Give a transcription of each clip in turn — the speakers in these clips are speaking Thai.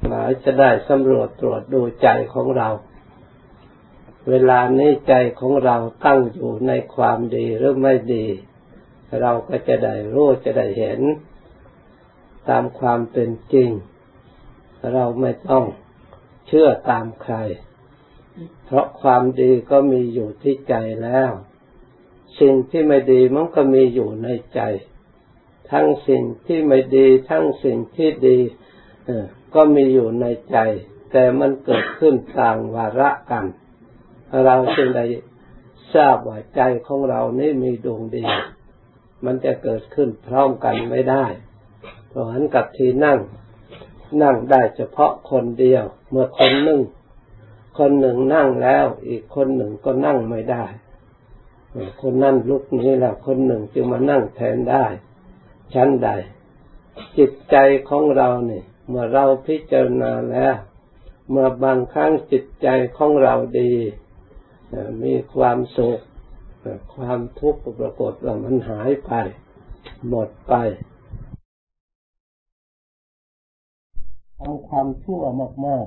หมายจะได้สำรวจตรวจดูใจของเราเวลานี้ใจของเราตั้งอยู่ในความดีหรือไม่ดีเราก็จะได้รู้จะได้เห็นตามความเป็นจริงเราไม่ต้องเชื่อตามใครเพราะความดีก็มีอยู่ที่ใจแล้วสิ่งที่ไม่ดีมันก็มีอยู่ในใจทั้งสิ่งที่ไม่ดีทั้งสิ่งที่ดีก็มีอยู่ในใจแต่มันเกิดขึ้นต่างวาระกันเราจึงได้ทราบว่าใจของเรานี่มีดวงดีมันจะเกิดขึ้นพร้อมกันไม่ได้เพราะฉะนั้นกับที่นั่งได้เฉพาะคนเดียวเมื่อคนหนึ่งนั่งแล้วอีกคนหนึ่งก็นั่งไม่ได้คนนั่นลุกนี้แล้วคนหนึ่งจึงมานั่งแทนได้ชั้นใดจิตใจของเราเนี่ยเมื่อเราพิจารณาแล้วเมื่อบางครั้งจิตใจของเราดีมีความสุขความทุกข์ปรากฏว่ามันหายไปหมดไปทำความชั่วมาก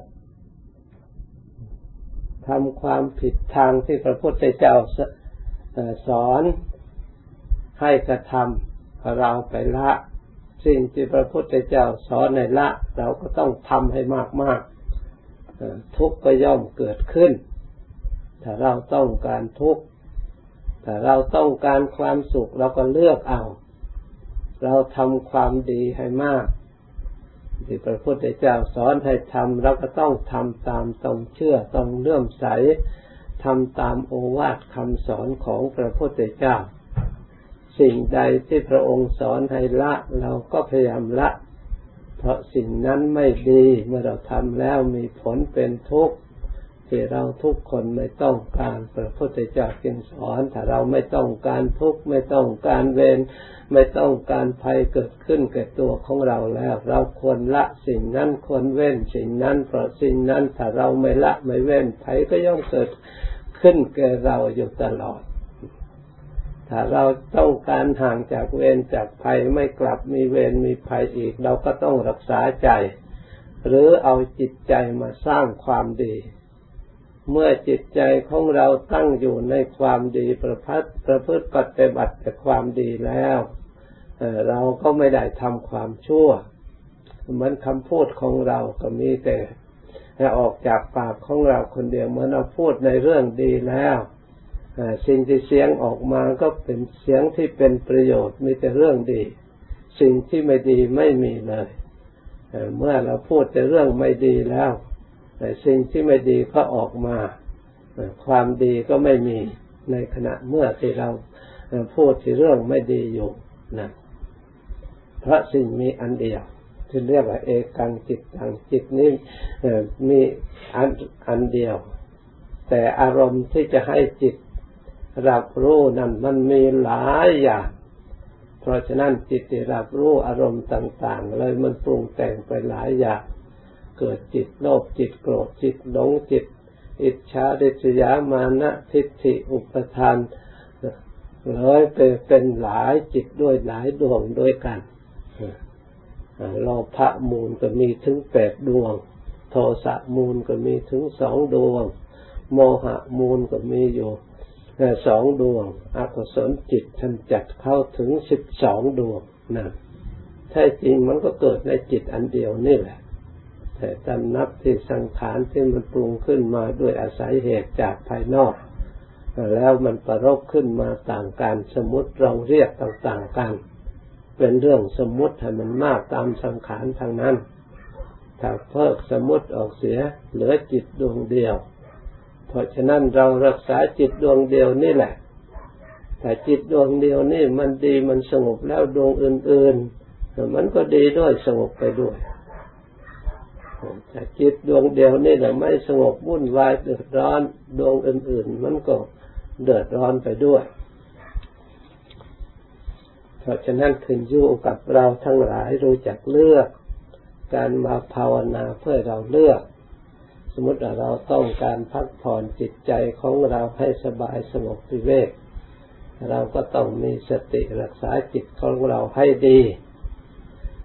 ๆทำความผิดทางที่พระพุทธเจ้าสอนให้กระทำเราไปละสิ่งที่พระพุทธเจ้าสอนในละเราก็ต้องทำให้มากๆทุกข์ก็ย่อมเกิดขึ้นถ้าเราต้องการทุกข์ถ้าเราต้องการความสุขเราก็เลือกเอาเราทำความดีให้มากที่พระพุทธเจ้าสอนให้ทำเราก็ต้องทำตามต้องเชื่อต้องเลื่อมใสทำตามโอวาทคำสอนของพระพุทธเจ้าสิ่งใดที่พระองค์สอนให้ละเราก็พยายามละเพราะสิ่งนั้นไม่ดีเมื่อเราทำแล้วมีผลเป็นทุกข์ที่เราทุกคนไม่ต้องการพระพุทธเจ้าจึงสอนถ้าเราไม่ต้องการทุกข์ไม่ต้องการเวรไม่ต้องการภัยเกิดขึ้นแก่ตัวของเราแล้วเราควรละสิ่งนั้นควรเว้นสิ่งนั้นเพราะสิ่งนั้นถ้าเราไม่ละไม่เว้นภัยก็ย่อมเกิดขึ้นแก่เราอยู่ตลอดถ้าเราต้องการห่างจากเวรจากภัยไม่กลับมีเวรมีภัยอีกเราก็ต้องรักษาใจหรือเอาจิตใจมาสร้างความดีเมื่อจิตใจของเราตั้งอยู่ในความดีประพฤติปฏิบัติแต่ความดีแล้วเราก็ไม่ได้ทำความชั่วเหมือนคำพูดของเราก็มีแต่ออกจากปากของเราคนเดียวเมื่อเราพูดในเรื่องดีแล้วสิ่งที่เสียงออกมาก็เป็นเสียงที่เป็นประโยชน์มีแต่เรื่องดีสิ่งที่ไม่ดีไม่มีเลยเมื่อเราพูดแต่เรื่องไม่ดีแล้วแต่สิ่งที่ไม่ดีก็ออกมาความดีก็ไม่มีในขณะเมื่อที่เราพูดที่เรื่องไม่ดีอยู่นะเพราะสิ่งมีอันเดียวที่เรียกว่าเอกังจิตตังจิตนี้มีอันเดียวแต่อารมณ์ที่จะให้จิตรับรู้นั้นมันมีหลายอย่างเพราะฉะนั้นจิตที่รับรู้อารมณ์ต่างๆเลยมันปรุงแต่งไปหลายอย่างเกิดจิตโลภจิตโกรธจิตหลงจิตอิจฉาริษยามานะทิฏฐิอุปทานเลยเป็นหลายจิตด้วยหลายดวงด้วยกันโลภะมูลก็มีถึง8ดวงโทสะมูลก็มีถึง2ดวงโมหะมูลก็มีอยู่2ดวงอกุศลจิตท่านจัดเข้าถึง12ดวงนั่นแท้จริงมันก็เกิดในจิตอันเดียวนี่แหละแต่ตามนับที่สังขารที่มันปรุงขึ้นมาด้วยอาศัยเหตุจากภายนอกแล้วมันประรบขึ้นมาต่างกันสมมุติเราเรียกต่างๆกันเป็นเรื่องสมมุติให้มันมากตามสังขารทางนั้นถ้าเพิกสมมุติออกเสียเหลือจิตดวงเดียวเพราะฉะนั้นเรารักษาจิตดวงเดียวนี่แหละแต่จิตดวงเดียวนี่มันดีมันสงบแล้วดวงอื่นๆมันก็ดีด้วยสงบไปด้วยแต่จิตดวงเดียวนี่แหละไม่สงบวุ่นวายเดือดร้อนดวงอื่นๆมันก็เดือดร้อนไปด้วยเพราะฉะนั้นขึ้นอยู่กับเราทั้งหลายรู้จักเลือกการมาภาวนาเพื่อเราเลือกสมมติว่าเราต้องการพักผ่อนจิตใจของเราให้สบายสงบวิเวกเราก็ต้องมีสติรักษาจิตของเราให้ดี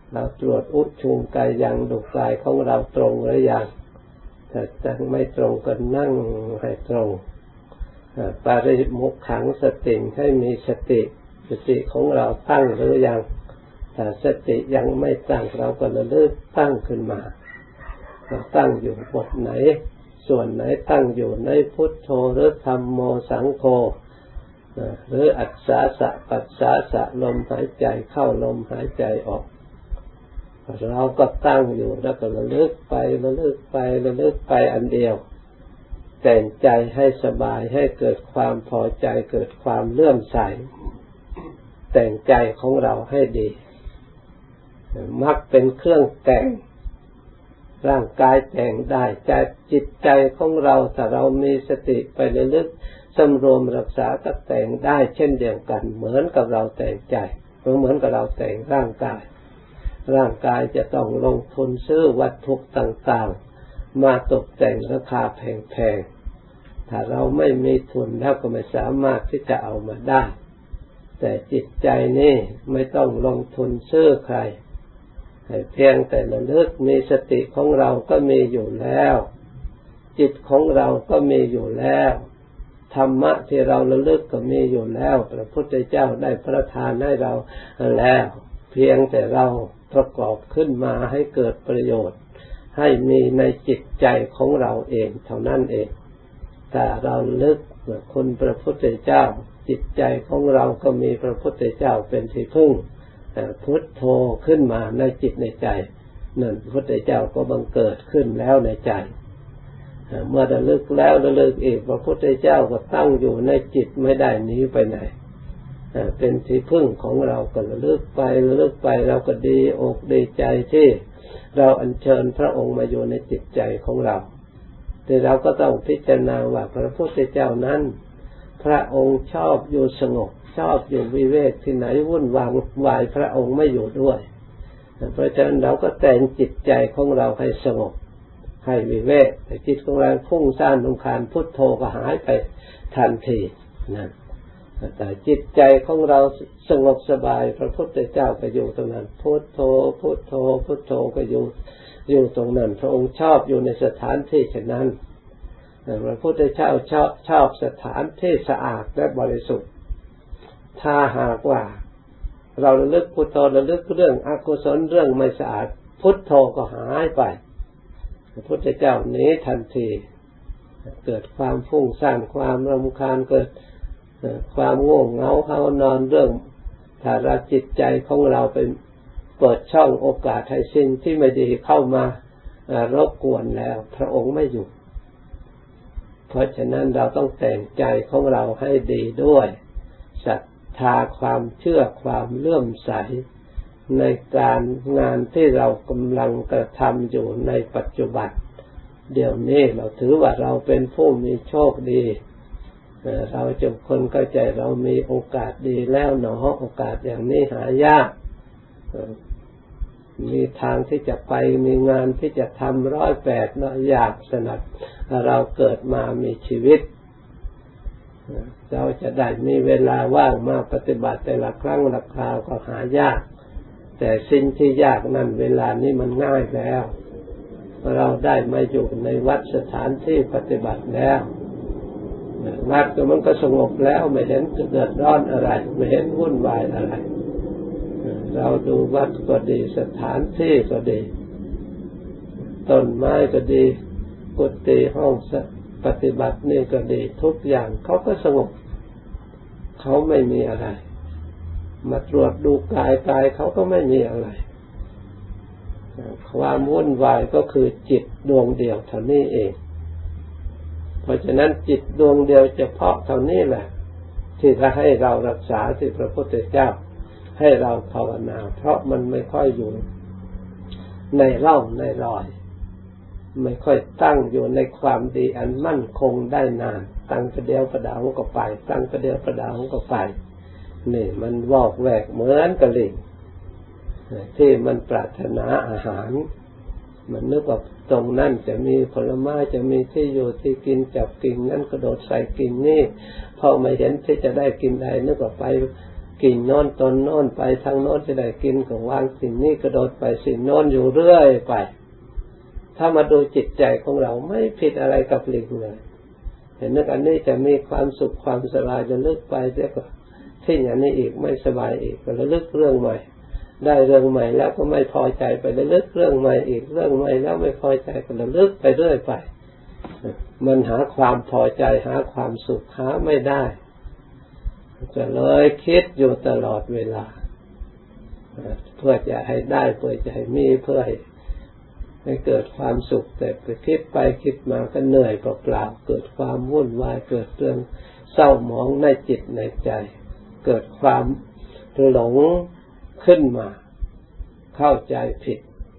เราตรวจอุชุงกายยังดูกายของเราตรงหรือยังถ้ายังไม่ตรงก็นั่งให้ตรงปาริมุขขังสติให้มีสติของเราตั้งหรือยังถ้าสติยังไม่ตั้งเราก็ระลึกตั้งขึ้นมาเราตั้งอยู่บทไหนส่วนไหนตั้งอยู่ในพุทโธหรือธัมโมสังโฆหรืออัสสาสะปัสสาสะลมหายใจเข้าลมหายใจออกเราก็ตั้งอยู่แล้วก็ระลึกไประลึกไปอันเดียวแต่งใจให้สบายให้เกิดความพอใจเกิดความเลื่อมใสแต่งใจของเราให้ดีมักเป็นเครื่องแต่งร่างกายแต่งได้ใจจิตใจของเราถ้าเรามีสติไประลึกสำรวมรักษาก็แต่งได้เช่นเดียวกันเหมือนกับเราแต่งใจเหมือนกับเราแต่งร่างกายจะต้องลงทุนซื้อวัตถุต่างๆมาตกแต่งราคาแพงๆถ้าเราไม่มีทุนแล้วก็ไม่สามารถที่จะเอามาได้แต่จิตใจนี่ไม่ต้องลงทุนซื้อใครเพียงแต่ระลึกมีสติของเราก็มีอยู่แล้วจิตของเราก็มีอยู่แล้วธรรมะที่เราระลึกก็มีอยู่แล้วพระพุทธเจ้าได้ประทานให้เราแล้วเพียงแต่เราประกอบขึ้นมาให้เกิดประโยชน์ให้มีในจิตใจของเราเองเท่านั้นเองแต่เราลึกคุณพระพุทธเจ้าจิตใจของเราก็มีพระพุทธเจ้าเป็นที่พึ่งพุทโธขึ้นมาในจิตในใจนั่นพระพุทธเจ้าก็บังเกิดขึ้นแล้วในใจเมื่อระลึกแล้วระลึกอีกพระพุทธเจ้าก็ตั้งอยู่ในจิตไม่ได้หนีไปไหนเป็นที่พึ่งของเราก็ระลึกไปเราก็ดีอกดีใจที่เราอัญเชิญพระองค์มาอยู่ในจิตใจของเราแต่เราก็ต้องพิจารณาว่าพระพุทธเจ้านั้นพระองค์ชอบอยู่สงบชอบอยู่วิเวกที่ไหนวุ่นวายพระองค์ไม่อยู่ด้วยเพราะฉะนั้นเราก็แต่งจิตใจของเราให้สงบให้วิเวกแต่จิตของเราฟุ้งซ่านรำคาญพุทโธก็หายไปทันทีนั่นแต่จิตใจของเราสงบสบายพระพุทธเจ้าก็อยู่ตรงนั้นพุทโธก็อยู่ตรงนั้นพระองค์ชอบอยู่ในสถานที่เช่นนั้นพระพุทธเจ้าชอบสถานที่สะอาดและบริสุทธิ์ถ้าหากว่าเราระลึกพุทโธระลึกเรื่องอกุศลเรื่องไม่สะอาดพุทโธก็หายไปพระพุทธเจ้าหนีทันทีเกิดความฟุ้งซ่านความรำคาญเกิดความง่วงเหงาเฮานอนเรื่องถ้าเราจิตใจของเราเป็นเปิดช่องโอกาสให้สิ่งที่ไม่ดีเข้ามารบกวนแล้วพระองค์ไม่อยู่เพราะฉะนั้นเราต้องแต่งใจของเราให้ดีด้วยศรัทธาความเชื่อความเลื่อมใสในการงานที่เรากำลังกระทำอยู่ในปัจจุบันเดี๋ยวนี้เราถือว่าเราเป็นผู้มีโชคดีเราจงคนเข้าใจเรามีโอกาสดีแล้วหนอโอกาสอย่างนี้หายากมีทางที่จะไปมีงานที่จะทำ108เนาะอยากสนับเราเกิดมามีชีวิตเราจะได้มีเวลาว่างมาปฏิบัติแต่ละครั้งละคราวก็หายากแต่สิ่งที่ยากนั่นเวลานี้มันง่ายแล้วเราได้มาอยู่ในวัดสถานที่ปฏิบัติแล้ววัดก็มันก็สงบแล้วไม่เห็นเดือดร้อนอะไรไม่เห็นวุ่นวายอะไรเราดูวัดก็ดีสถานที่ก็ดีต้นไม้ก็ดีกุฏิห้องปฏิบัตินี่ก็ดีทุกอย่างเขาก็สงบเขาไม่มีอะไรมาตรวจดูกายเขาก็ไม่มีอะไรความวุ่นวายก็คือจิตดวงเดียวเท่านี้เองเพราะฉะนั้นจิตดวงเดียวเฉพาะเท่านี้แหละที่จะให้เรารักษาที่พระพุทธเจ้าให้เราภาวนาเพราะมันไม่ค่อยอยู่ในร่องในรอยไม่ค่อยตั้งอยู่ในความดีอันมั่นคงได้นานตั้งประเดี๋ยวประดาวก็ไปตั้งประเดี๋ยวประดาวก็ไปนี่มันวอกแวกเหมือนกระลิงที่มันปรารถนาอาหารมันนึกว่าตรงนั้นจะมีผลไม้จะมีที่อยู่ที่กินจับกิ่งนั้นกระโดดใส่กิ่งนี่พอไม่เห็นที่จะได้กินใดนึกว่าไปกิ่งโน้นต้นโน้นไปทางโน้นจะได้กินก็วางสิ่งนี้กระโดดไปสิ่งโน้นอยู่เรื่อยไปถ้ามาดูจิตใจของเราไม่ผิดอะไรกับลิงเลยเห็นนึกอันนี้จะมีความสุขความสบายจะลึกไปเดี๋ยวก็ทิ้งอันนี้อีกไม่สบายอีกก็ระลึกเรื่องใหม่ได้เรื่องใหม่แล้วก็ไม่พอใจไประลึกเรื่องใหม่อีกเรื่องใหม่แล้วไม่พอใจก็ระลึกไปเรื่อยไปมันหาความพอใจหาความสุขหาไม่ได้จะเลยคิดอยู่ตลอดเวลาเพื่อจะให้ได้เพื่อจะให้มีเพื่อให้เกิดความสุขแต่ไปคิดไปคิดมาก็เหนื่อยเปล่าๆเกิดความวุ่นวายเกิดเรื่องเศร้าหมองในจิตในใจเกิดความหลงขึ้นมาเข้าใจผิด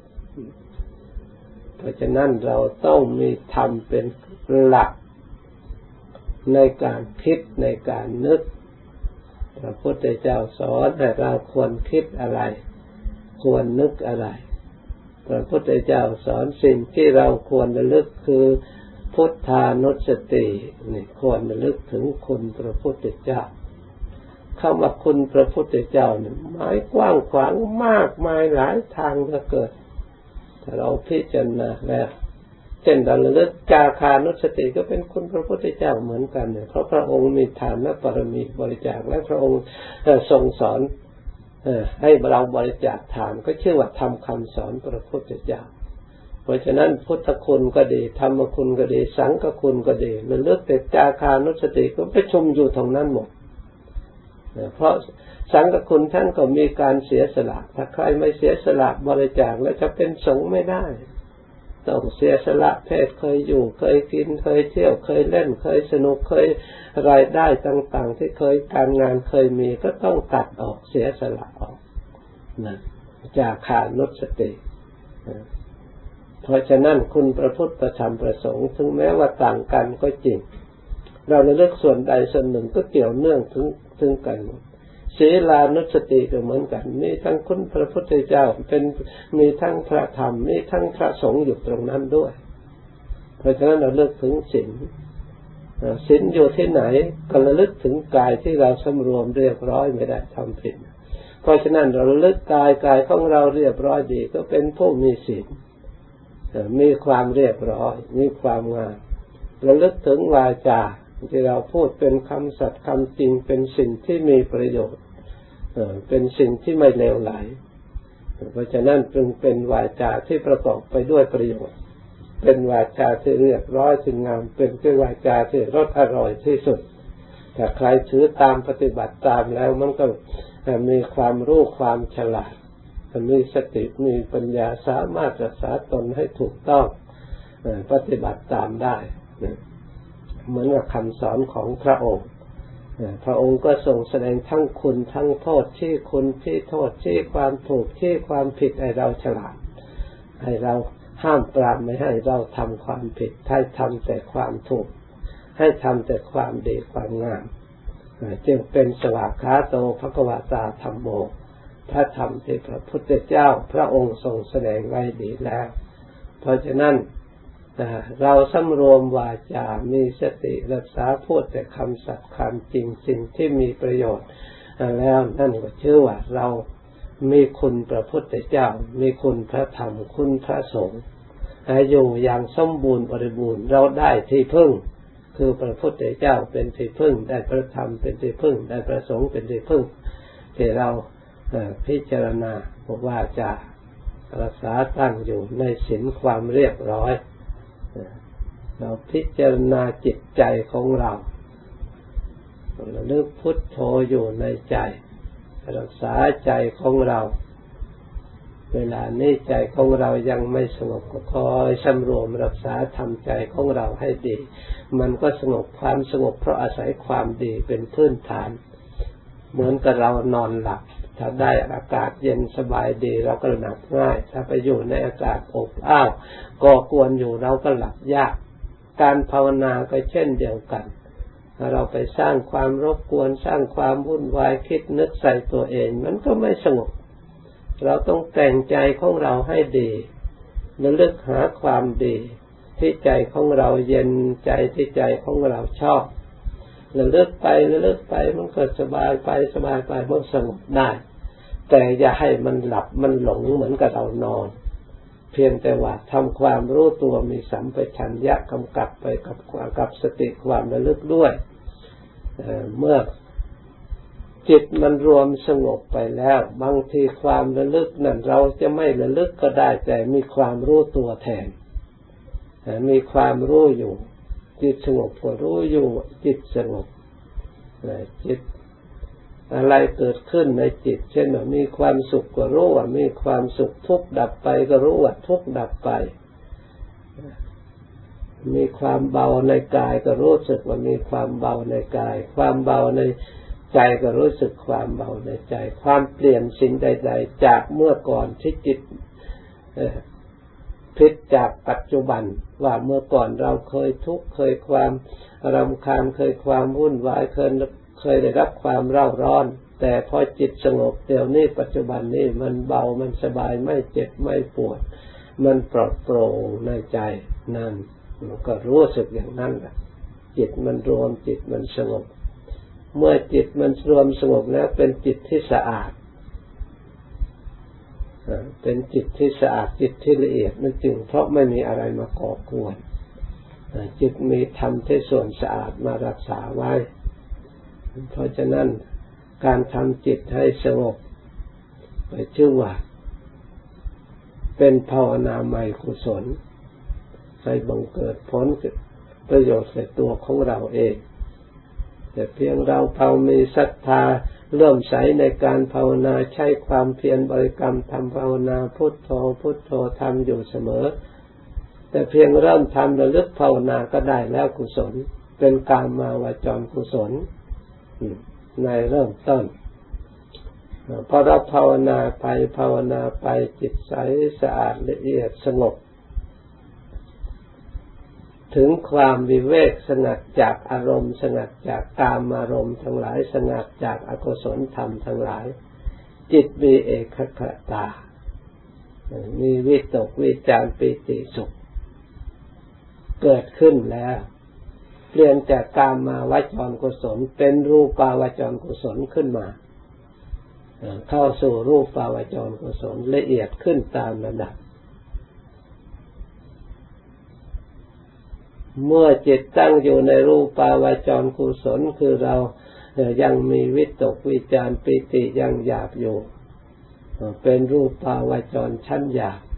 เพราะฉะนั้นเราต้องมีธรรมเป็นหลักในการคิดในการนึกพระพุทธเจ้าสอนให้เราควรคิดอะไรควรนึกอะไรพระพุทธเจ้าสอนสิ่งที่เราควรระลึกคือพุทธานุสตินี่ควรระลึกถึงคุณพระพุทธเจ้าคำว่าคุณพระพุทธเจ้าเนี่ยหมายกว้างขวางมากมายหลายทางเหลือเกินถ้าเราพิจารณาแล้วเช่นเราระลึกจาคานุสติก็เป็นคุณพระพุทธเจ้าเหมือนกันเนี่ยเพราะพระองค์มีฐานะบารมีบริจาคและพระองค์ทรงสอนให้เราบริจาคทานก็ชื่อว่าทำคำสอนพระพุทธเจ้าเพราะฉะนั้นพุทธคุณก็ดีธรรมคุณก็ดีสังฆคุณก็ดีระลึกแต่จาคานุสติก็ประชุมอยู่ตรงนั้นหมดเพราะสังฆคุณท่านก็มีการเสียสละถ้าใครไม่เสียสละบริจาคแล้วจะเป็นสงฆ์ไม่ได้ต้องเสียสละเพศเคยอยู่เคยกินเคยเที่ยวเคยเล่นเคยสนุกเคยรายได้ต่างๆที่เคยการงานเคยมีก็ต้องตัดออกเสียสละออกนะจาคานุสติเพราะฉะนั้นคุณพระพุทธประธรรมประสงค์ถึงแม้ว่าต่างกันก็จริงเราเลือกส่วนใดส่วนหนึ่งก็เกี่ยวเนื่องถึงกันศีลานุสติก็เหมือนกันมีทั้งคุณพระพุทธเจ้ามีทั้งพระธรรมมีทั้งพระสงฆ์อยู่ตรงนั้นด้วยเพราะฉะนั้นเราเลือกถึงศีลอยู่ที่ไหนก็ระลึกถึงกายที่เราสำรวมเรียบร้อยไม่ได้ทำผิดเพราะฉะนั้นเราระลึกกายของเราเรียบร้อยดีก็เป็นผู้มีศีลมีความเรียบร้อยมีความงามระลึกถึงวาจาที่เราพูดเป็นคำสัตย์คำจริงเป็นสิ่งที่มีประโยชน์เป็นสิ่งที่ไม่เลวไหลเพราะฉะนั้นจึงเป็นวาจาที่ประกอบไปด้วยประโยชน์เป็นวาจาที่เรียบร้อยที่งามเป็นวาจาที่รสอร่อยที่สุดถ้าใครถือตามปฏิบัติตามแล้วมันก็มีความรู้ความฉลาดมีสติมีปัญญาสามารถรักษาตนให้ถูกต้องปฏิบัติตามได้เหมือนกับคำสอนของพระองค์พระองค์ก็ทรงแสดงทั้งคุณทั้งโทษชี้คุณชี้โทษชี้ความถูกชี้ความผิดให้เราฉลาดให้เราห้ามปรามไม่ให้เราทำความผิดให้ทำแต่ความถูกให้ทำแต่ความดีความงามจึงเป็นสวากขาโตภควตาธัมโมพระธรรมที่พระพุทธเจ้าพระองค์ทรงแสดงไว้ดีแล้วเพราะฉะนั้นเราสำรวมวาจามีสติรักษาพูดแต่คำสัตย์คำจริงสิ่งที่มีประโยชน์แล้วนั่นก็ชื่อว่าเรามีคุณพระพุทธเจ้ามีคุณพระธรรมคุณพระสงฆ์อยู่อย่างสมบูรณ์บริบูรณ์เราได้ที่พึ่งคือพระพุทธเจ้าเป็นที่พึ่งได้พระธรรมเป็นที่พึ่งได้พระสงฆ์เป็นที่พึ่งที่เราพิจารณาว่าจะรักษาตั้งอยู่ในศีลความเรียบร้อยเราพิจารณาจิตใจของเราระลึกพุทโธอยู่ในใจรักษาใจของเราเวลานี้ใจของเรายังไม่สงบก็คอยสำรวมรักษาทำใจของเราให้ดีมันก็สงบความสงบเพราะอาศัยความดีเป็นพื้นฐานเหมือนกับเรานอนหลับถ้าได้อากาศเย็นสบายดีเราก็หลับง่ายถ้าไปอยู่ในอากาศอบอ้าวก่อกวนอยู่เราก็หลับยากการภาวนาก็เช่นเดียวกันถ้าเราไปสร้างความรบกวนสร้างความวุ่นวายคิดนึกใส่ตัวเองมันก็ไม่สงบเราต้องแต่งใจของเราให้ดีระลึกหาความดีที่ใจของเราเย็นใจที่ใจของเราชอบระลึกไปมันก็สบายไปมันสงบได้แต่อย่าให้มันหลับมันหลงเหมือนกับเรานอนเพียงแต่ว่าทำความรู้ตัวมีสัมปชัญญะกำกับไปกับสติความระลึกด้วยเมื่อจิตมันรวมสงบไปแล้วบางทีความระลึกนั่นเราจะไม่ระลึกก็ได้แต่มีความรู้ตัวแทนมีความรู้อยู่จิตสงบก็รู้อยู่จิตสงบจิตอะไรเกิดขึ้นในจิตเช่นว่ามีความสุขก็รู้ว่ามีความสุขทุกข์ดับไปก็รู้ว่าทุกข์ดับไปมีความเบาในกายก็รู้สึกว่ามีความเบาในกายความเบาในใจก็รู้สึกความเบาในใจความเปลี่ยนสิ่งใดๆจากเมื่อก่อนที่จิตพลิกจากปัจจุบันว่าเมื่อก่อนเราเคยทุกข์เคยความรำคาญเคยความวุ่นวายเคยได้รับความเร่าร้อนแต่พอจิตสงบเดี๋ยวนี้ปัจจุบันนี้มันเบามันสบายไม่เจ็บไม่ปวดมันปลอดโปร่งในใจนั่นมันก็รู้สึกอย่างนั้นแหละจิตมันรวมจิตมันสงบเมื่อจิตมันรวมสงบแล้วเป็นจิตที่สะอาดเป็นจิตที่สะอาดจิตที่ละเอียดมันจึงเพราะไม่มีอะไรมาก่อกวนจิตมีธรรมที่ส่วนสะอาดมารักษาไว้เพราะฉะนั้นการทำจิตให้สงบไปชื่อว่าเป็นภาวนาใหม่กุศลให้บังเกิดผลประโยชน์ในตัวของเราเองแต่เพียงเรามีศรัทธาเริ่มใสในการภาวนาใช้ความเพียรบริกรรมทำภาวนาพุทโธพุทโธทำอยู่เสมอแต่เพียงเริ่มทำระลึกภาวนาก็ได้แล้วกุศลเป็นกามาวจรกุศลในเริ่มต้นพอเราภาวนาไปจิตใสสะอาดละเอียดสงบถึงความวิเวกสงัดจากอารมณ์สงัดจากกามารมณ์ทั้งหลายสงัดจากอกุศลธรรมทั้งหลายจิตมีเอกคตามีวิตกวิจารปิติสุขเกิดขึ้นแล้วเปลี่ยนจากกามาวจรกุศลเป็นรูปาวจรกุศลขึ้นมาเข้าสู่รูปาวจรกุศลละเอียดขึ้นตามระดับเมื่อจิตตั้งอยู่ในรูปาวจรกุศลคือเรายังมีวิตกวิจารปิติยังหยาบอยู่เป็นรูปาวจรชั้นหยาบ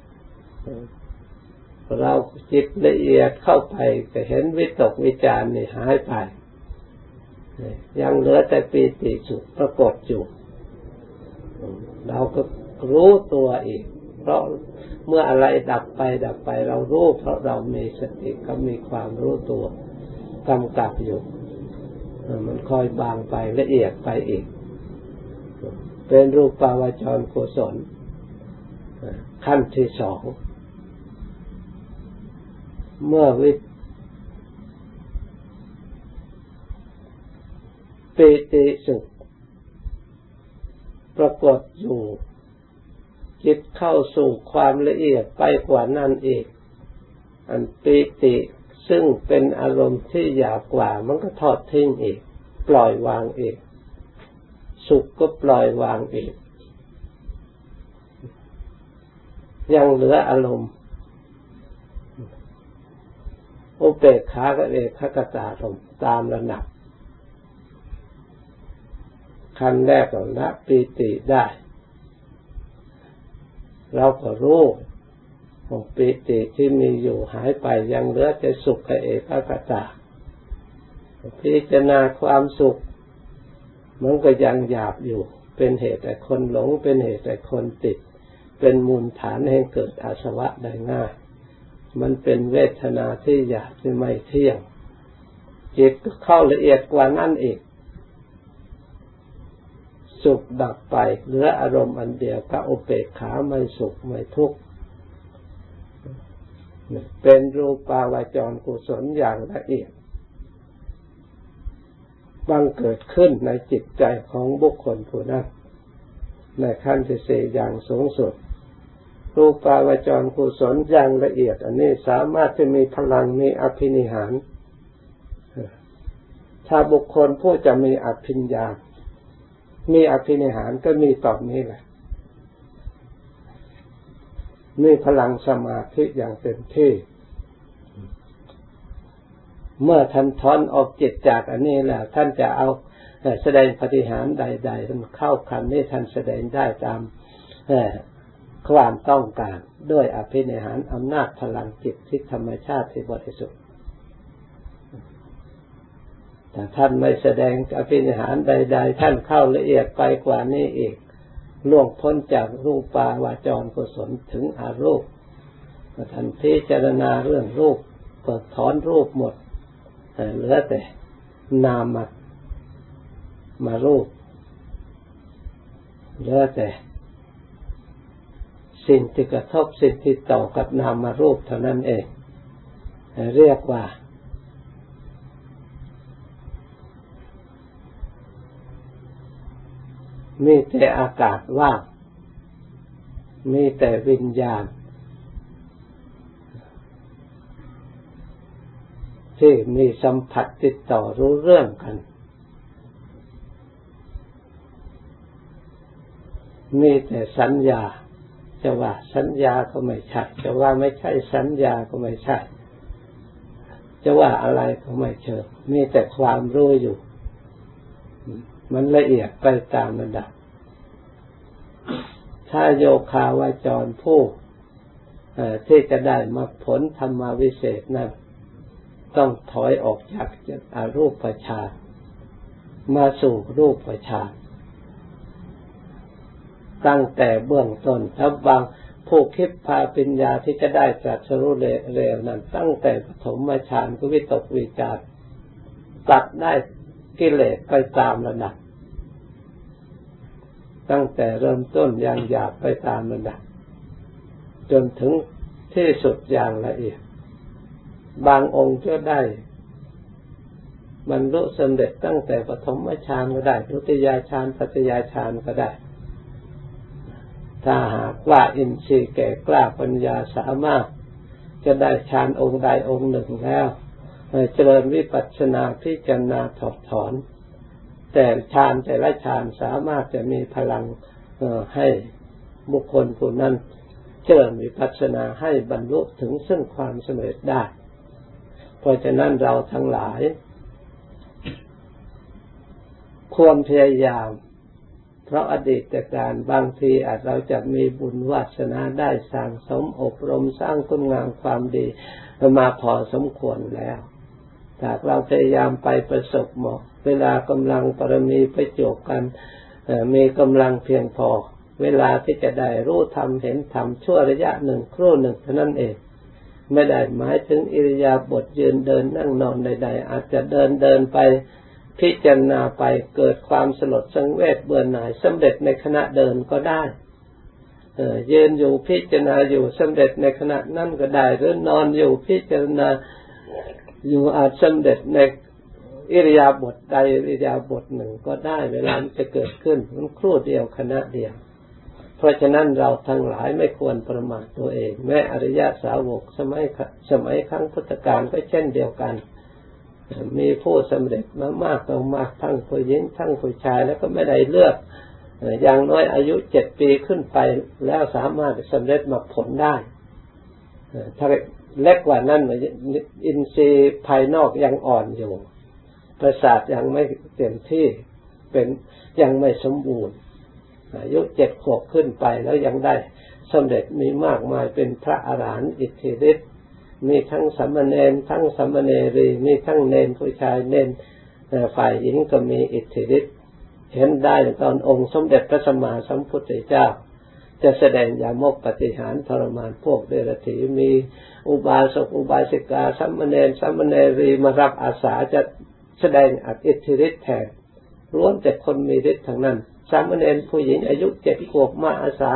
เราจิตละเอียดเข้าไปก็เห็นวิตกวิจารนี่หายไปยังเหลือแต่ปิติสุขปรากฏอยู่เราก็รู้ตัวอีกเพราะเมื่ออะไรดับไปเรารู้เพราะเรามีสติก็มีความรู้ตัวกำกับอยู่มันค่อยบางไปละเอียดไปอีกเป็นรูปาวจรกุศลขั้นที่สองเมื่อปิติสุขปรากฏอยู่จิตเข้าสู่ความละเอียดไปกว่านั้นอีกอันปิติซึ่งเป็นอารมณ์ที่หยาบกว่ามันก็ทอดทิ้งอีกปล่อยวางอีกสุขก็ปล่อยวางอีกยังเหลืออารมณ์อุเบกขากับเอกคตารมณ์ตามระดับขั้นแรกก็ละปิติได้เราก็รู้ของปิติที่มีอยู่หายไปยังเหลือแต่สุขกับเอกคตาพิจารณาความสุขมันก็ยังหยาบอยู่เป็นเหตุให้คนหลงเป็นเหตุให้คนติดเป็นมูลฐานให้เกิดอาสวะได้ง่ายมันเป็นเวทนาที่หยาบที่ไม่เที่ยงจิตก็เข้าละเอียดกว่านั้นอีกสุขดับไปเหลืออารมณ์อันเดียวก็อุเบกขาไม่สุขไม่ทุกข์เป็นรูปาวจรกุศลอย่างละเอียดบังเกิดขึ้นในจิตใจของบุคคลผู้นั้นในขั้นที่สี่อย่างสูงสุดรูปาวจรกุศลอย่างละเอียดอันนี้สามารถจะมีพลังมีอภินิหารทถ้าบุคคลผู้จะมีอภิญญามีอภินิหารก็มีตอนนี้แหละมีพลังสมาธิอย่างเต็มที่เมื่อท่านถอนออกจิตจากอันนี้แล้วท่านจะเอาแสดงปาฏิหาริย์ใดๆท่านเข้าคำนี้ท่านแสดงได้ตามความต้องการด้วยอภินิหารอำนาจพลังจิตที่ธรรมชาติที่บริสุทธิ์แต่ท่านไม่แสดงอภินิหารใดๆท่านเข้าละเอียดไปกว่านี้อีกล่วงพ้นจากรูปาวาจรกุศลถึงอรูปท่านพิจารณาเรื่องรูปเปิดถอนรูปหมดเหลือแต่นามมารูปเหลือแต่สิ่งที่กระทบสิ่งที่ต่อกับนามมารูปเท่านั้นเองเรียกว่ามีแต่อากาศว่างมีแต่วิญญาณที่มีสัมผัสติดต่อรู้เรื่องกันมีแต่สัญญาจะว่าสัญญาก็ไม่ใช่จะว่าไม่ใช่สัญญาก็ไม่ใช่จะว่าอะไรก็ไม่เชิงมีแต่ความรู้อยู่มันละเอียดไปตามระดับถ้าโยคาวาจรผู้ที่จะได้มรรคผลธรรมวิเศษนั้นต้องถอยออกจากอรูปฌานมาสู่รูปฌานตั้งแต่เบื้องต้นถ้าบางผู้คิดพาปัญญาที่จะได้ตรัสรู้เร็วนั้นตั้งแต่ปฐมฌานก็วิตกวิจารตัดได้กิเลสไปตามระดับตั้งแต่เริ่มต้นอย่างหยาบไปตามระดับจนถึงที่สุดอย่างละเอียดบางองค์ก็ได้บรรลุสำเร็จตั้งแต่ปฐมฌานก็ได้ทุติยฌานตติยฌานก็ได้ถ้าหากว่าอินทรีย์แก่กล้าปัญญาสามารถจะได้ฌานองค์ใดองค์หนึ่งแล้วเจริญวิปัสสนาพิจารณาถอดถอนแต่ฌานแต่ละฌานสามารถจะมีพลังให้บุคคลผู้นั้นเจริญวิปัสสนาให้บรรลุถึงซึ่งความสำเร็จได้เพราะฉะนั้นเราทั้งหลายควรพยายามเพราะอดีตการบางทีอาจเราจะมีบุญวาสนาได้สั่งสมอบรมสร้างคุณงามความดีมาพอสมควรแล้วหากเราพยายามไปประสบหมดเวลากำลังปรมีประจบกันมีกำลังเพียงพอเวลาที่จะได้รู้ธรรมเห็นธรรมชั่วระยะหนึ่งครู่หนึ่งเท่านั้นเองไม่ได้หมายถึงอิริยาบถยืนเดินนั่งนอนใดๆอาจจะเดินไปพิจารณาไปเกิดความสลดสังเวชเบื่อหน่ายสำเร็จในขณะเดินก็ได้ยืนอยู่พิจารณาอยู่สำเร็จในขณะนั้นก็ได้หรือนอนอยู่พิจารณาอยู่อาจสำเร็จในอิริยาบถใดอิริยาบถหนึ่งก็ได้เวลาจะเกิดขึ้นมันครู่เดียวขณะเดียวเพราะฉะนั้นเราทั้งหลายไม่ควรประมาทตัวเองแม้อริยสาวกสมัยครั้งพุทธกาลก็เช่นเดียวกันมีผู้สำเร็จมามากต่อมากทั้งผู้หญิงทั้งผู้ชายแล้วก็ไม่ได้เลือกอย่างน้อยอายุ7 ปีขึ้นไปแล้วสามารถสำเร็จมรรคผลได้ถ้าเล็กกว่านั้นอินทรีย์ภายนอกยังอ่อนอยู่ประสาทยังไม่เต็มที่เป็นยังไม่สมบูรณ์อายุ7 ขวบขึ้นไปแล้วยังได้สำเร็จมีมากมายเป็นพระอรหันต์อิทธิฤทธิ์มีทั้งสามเณรทั้งสามเณรีมีทั้งเณรผู้ชายเณรฝ่ายหญิงก็มีอิทธิฤทธิ์เห็นได้ตอนองค์สมเด็จพระสัมมาสัมพุทธเจ้าจะแสดงยามกปฏิหารทรมานพวกเดรัจฉีมีอุบาสกอุบาสิกาสามเณรสามเณรีมารับอาสาจะแสดงอิทธิฤทธิ์แทนล้วนแต่คนมีฤทธิ์ทั้งนั้นสามเณรผู้หญิงอายุ7 ขวบมาอาสา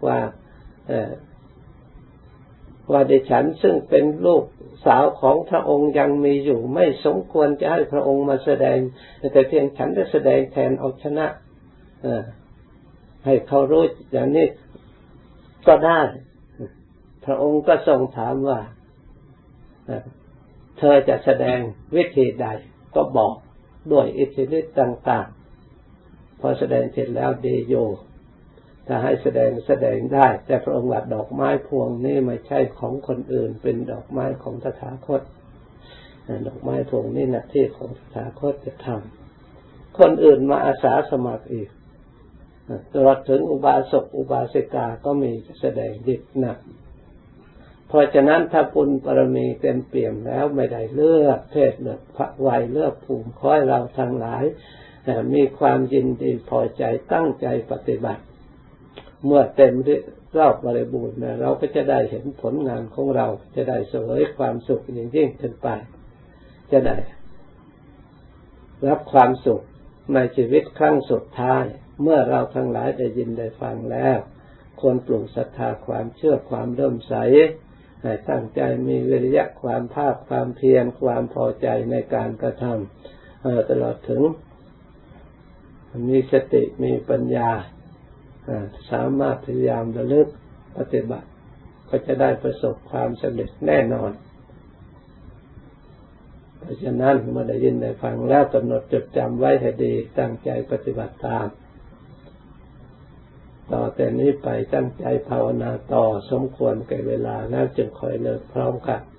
ว่าดิฉันซึ่งเป็นลูกสาวของพระองค์ยังมีอยู่ไม่สมควรจะให้พระองค์มาแสดงแต่เพียงฉันได้แสดงแทนเอาชนะให้เขารู้อย่างนี้ก็ได้พระองค์ก็ทรงถามว่าเธอจะแสดงวิธีใดก็บอกด้วยอิทธิฤทธิ์ต่างๆพอแสดงเสร็จแล้วดีโยถ้าให้แสดงได้แต่พระองค์ว่าดอกไม้พวงนี้ไม่ใช่ของคนอื่นเป็นดอกไม้ของตถาคตดอกไม้พวงนี้หน้าที่ของตถาคตจะทำคนอื่นมาอาสาสมัครอีกตลอดถึงอุบาสกอุบาสิกาก็มีแสดงฤทธิ์หนักเพราะฉะนั้นถ้าบุญบารมีเต็มเปี่ยมแล้วไม่ได้เลือกเพศเลือกวัยเลือกภูมิขอให้เราทั้งหลายมีความยินดีพอใจตั้งใจปฏิบัติเมื่อเต็มรอบบริบูรณ์เราก็จะได้เห็นผลงานของเราจะได้เสวยความสุขยิ่งขึ้นไปจะได้รับความสุขในชีวิตครั้งสุดท้ายเมื่อเราทั้งหลายได้ยินได้ฟังแล้วควรปลูกศรัทธาความเชื่อความเริ่มใสให้ตั้งใจมีวิริยะความภาคความเพียรความพอใจในการกระทำตลอดถึงมีสติมีปัญญาสามารถพยายามระลึกปฏิบัติก็จะได้ประสบความสำเร็จแน่นอนเพราะฉะนั้นเมื่อได้ยินได้ฟังแล้วกำหนดจดจำไว้ให้ดีตั้งใจปฏิบัติตามต่อแต่นี้ไปตั้งใจภาวนาต่อสมควรแก่เวลาแล้วจึงค่อยเลิกพร้อมกัน